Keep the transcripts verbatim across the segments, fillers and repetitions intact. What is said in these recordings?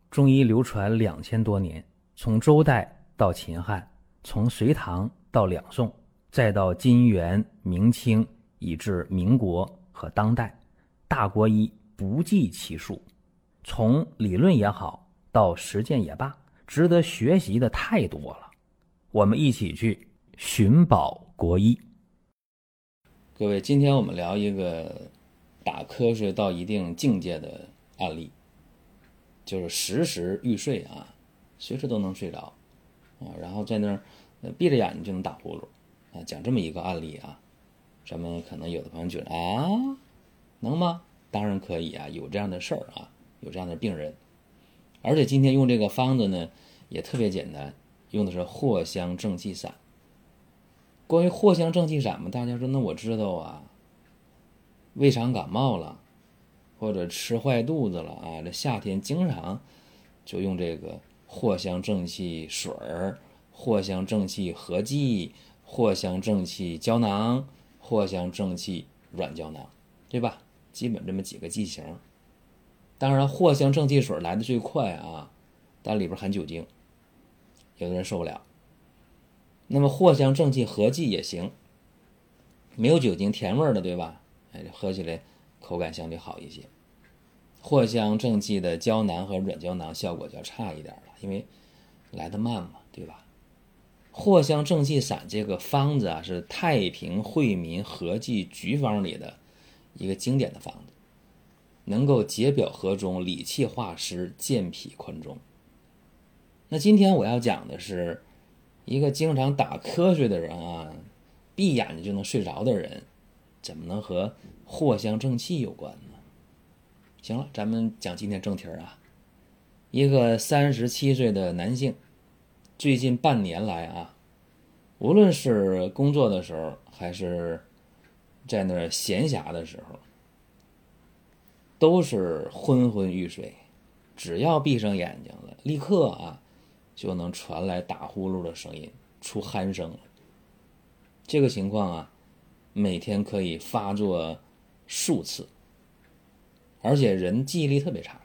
中医流传两千多年，从周代到秦汉，从隋唐到两宋，再到金元明清，以至民国和当代，大国医不计其数。从理论也好，到实践也罢，值得学习的太多了。我们一起去寻宝国医。各位，今天我们聊一个打瞌睡到一定境界的案例，就是时时欲睡啊，随时都能睡着啊，然后在那儿闭着眼睛就能打呼噜啊。讲这么一个案例啊，咱们可能有的朋友觉得啊，能吗？当然可以啊，有这样的事儿啊，有这样的病人。而且今天用这个方子呢，也特别简单，用的是藿香正气散。关于藿香正气散嘛，大家说那我知道啊，胃肠感冒了，或者吃坏肚子了啊，这夏天经常就用这个藿香正气水儿、藿香正气合剂、藿香正气胶囊、藿香正气软胶囊，对吧？基本这么几个剂型。当然藿香正气水来的最快啊，但里边含酒精，有的人受不了。那么藿香正气合剂也行，没有酒精甜味的，对吧？哎，喝起来口感相对好一些。藿香正气的胶囊和软胶囊效果就要差一点了，因为来得慢嘛，对吧？藿香正气散这个方子啊，是太平惠民合剂局方里的一个经典的方子，能够解表和中、理气化湿、健脾宽中。那今天我要讲的是一个经常打瞌睡的人啊，闭眼睛就能睡着的人，怎么能和藿香正气有关呢？行了，咱们讲今天正题啊。一个三十七岁的男性，最近半年来啊，无论是工作的时候，还是在那儿闲暇的时候，都是昏昏欲睡，只要闭上眼睛了，立刻啊就能传来打呼噜的声音，出鼾声了。这个情况啊，每天可以发作数次，而且人记忆力特别差。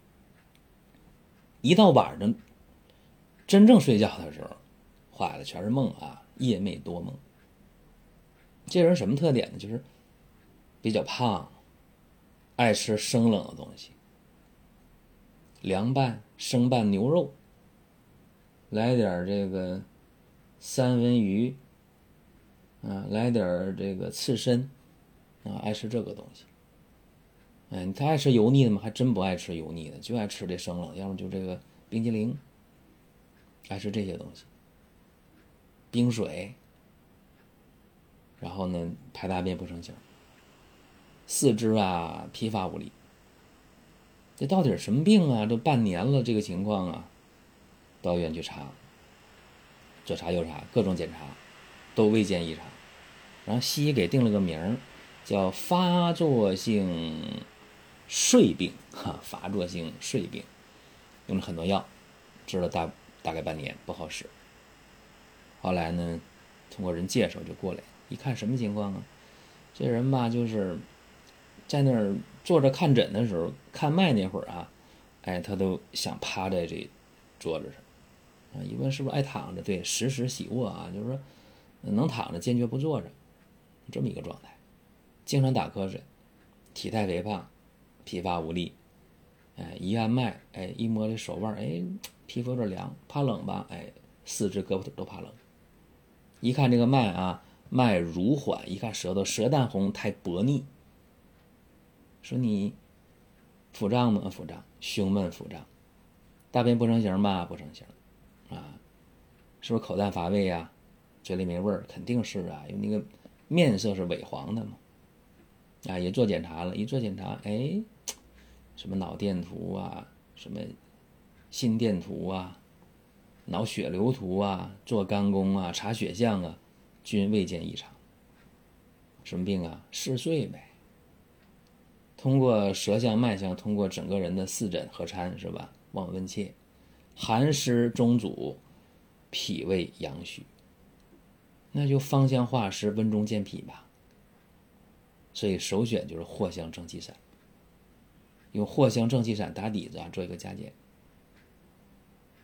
一到晚上真正睡觉的时候，坏了，全是梦啊，夜寐多梦。这人什么特点呢？就是比较胖，爱吃生冷的东西，凉拌、生拌牛肉，来点这个三文鱼啊，来点这个刺身啊，爱吃这个东西。哎，他爱吃油腻的吗？还真不爱吃油腻的，就爱吃这生冷，要么就这个冰激凌，爱吃这些东西，冰水，然后呢排大便不成形，四肢啊疲乏无力。这到底是什么病啊？这半年了这个情况啊，到医院去查，左查右查，各种检查都未见异常，然后西医给定了个名叫发作性睡病哈，发作性睡病，用了很多药，治了大大概半年，不好使。后来呢，通过人介绍就过来，一看什么情况啊？这人吧，就是在那儿坐着看诊的时候，看脉那会儿啊，哎，他都想趴在这桌子上啊。一问是不是爱躺着？对，时时喜卧啊，就是说能躺着，坚决不坐着，这么一个状态，经常打瞌睡，体态肥胖，疲乏无力。哎，一按脉，哎，一摸这手腕，哎，皮肤有点凉，怕冷吧？哎，四肢胳膊都怕冷。一看这个脉啊，脉如缓，一看舌头舌淡红，太薄腻。说你腹胀吗？腹胀，胸闷腹胀，大便不成形吧？不成形啊，是不是口淡乏味呀、啊？嘴里没味儿？肯定是啊，因为那个面色是萎黄的嘛。啊，也做检查了，一做检查，哎，什么脑电图啊，什么心电图啊，脑血流图啊，做肝功啊，查血象啊，均未见异常。什么病啊？嗜睡呗。通过舌象脉象，通过整个人的四诊合参，是吧？望闻问切，寒湿中阻，脾胃阳虚，那就芳香化湿，温中健脾吧。所以首选就是藿香正气散，用藿香正气散打底子啊，做一个加减。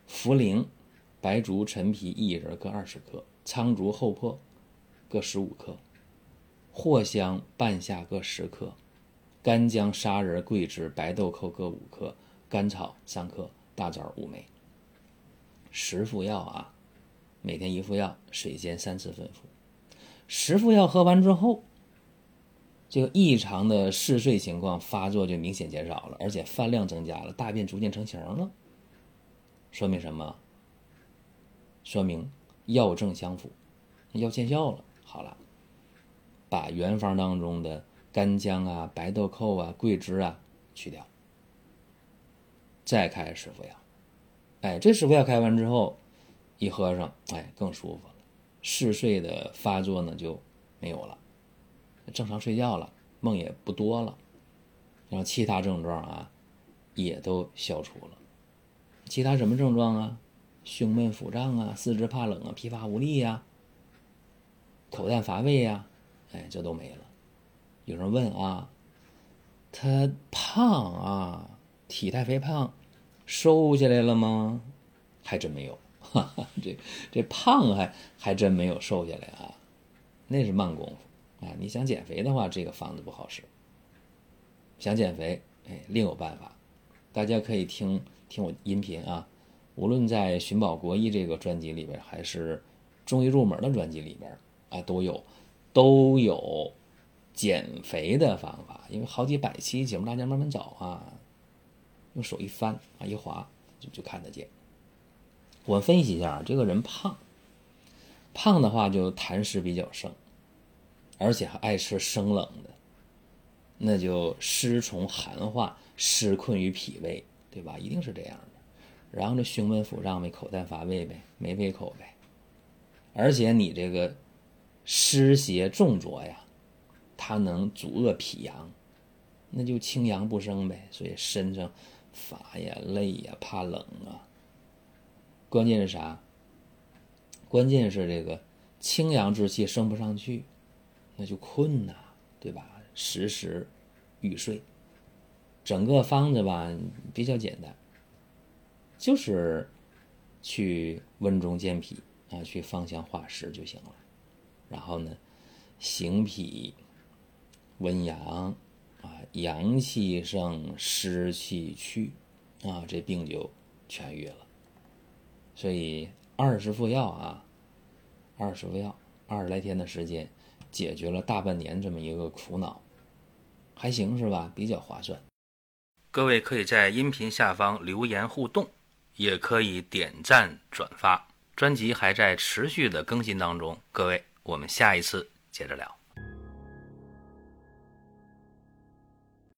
茯苓、白术、陈皮、薏仁各二十克，苍术、厚朴各十五克，藿香、半夏各十克，干姜、砂仁、桂枝、白豆蔻各五克，甘草三克，大枣五枚。十副药啊，每天一副药，水煎三次分服。十副药喝完之后，这个异常的嗜睡情况发作就明显减少了，而且饭量增加了，大便逐渐成型了。说明什么？说明药证相符，药见效了。好了，把原方当中的干姜啊、白豆蔻啊、桂枝啊去掉，再开十副药。哎，这十副药开完之后，一喝上，哎，更舒服了，嗜睡的发作呢就没有了，正常睡觉了，梦也不多了，然后其他症状啊也都消除了。其他什么症状啊？胸闷腹胀啊，四肢怕冷啊，疲乏无力呀、啊，口淡乏味呀、啊，哎，这都没了。有人问啊，他胖啊，体态肥胖，瘦下来了吗？还真没有，哈哈，这这胖还还真没有瘦下来啊，那是慢功夫啊。你想减肥的话，这个方子不好使。想减肥，哎，另有办法。大家可以听听我音频啊，无论在寻宝国医这个专辑里边，还是中医入门的专辑里边啊，都有都有减肥的方法。因为好几百期节目，大家慢慢找啊，用手一翻啊，一划就就看得见。我们分析一下，这个人胖，胖的话就痰湿比较盛，而且还爱吃生冷的，那就湿从寒化，湿困于脾胃，对吧？一定是这样的。然后这胸闷腹胀呗，口淡乏味呗，没胃口呗。而且你这个湿邪重浊呀，它能阻遏脾阳，那就清阳不升呗。所以身上乏呀、累呀、怕冷啊。关键是啥？关键是这个清阳之气升不上去，那就困呐、啊，对吧？时时欲睡。整个方子吧比较简单，就是去温中健脾啊，去芳香化湿就行了。然后呢，行脾温阳啊，阳气盛，湿气去啊，这病就痊愈了。所以二十副药啊，二十副药，二十来天的时间，解决了大半年这么一个苦恼，还行是吧？比较划算。 各位可以在音频下方留言互动，也可以点赞转发。专辑还在持续的更新当中，各位，我们下一次接着聊。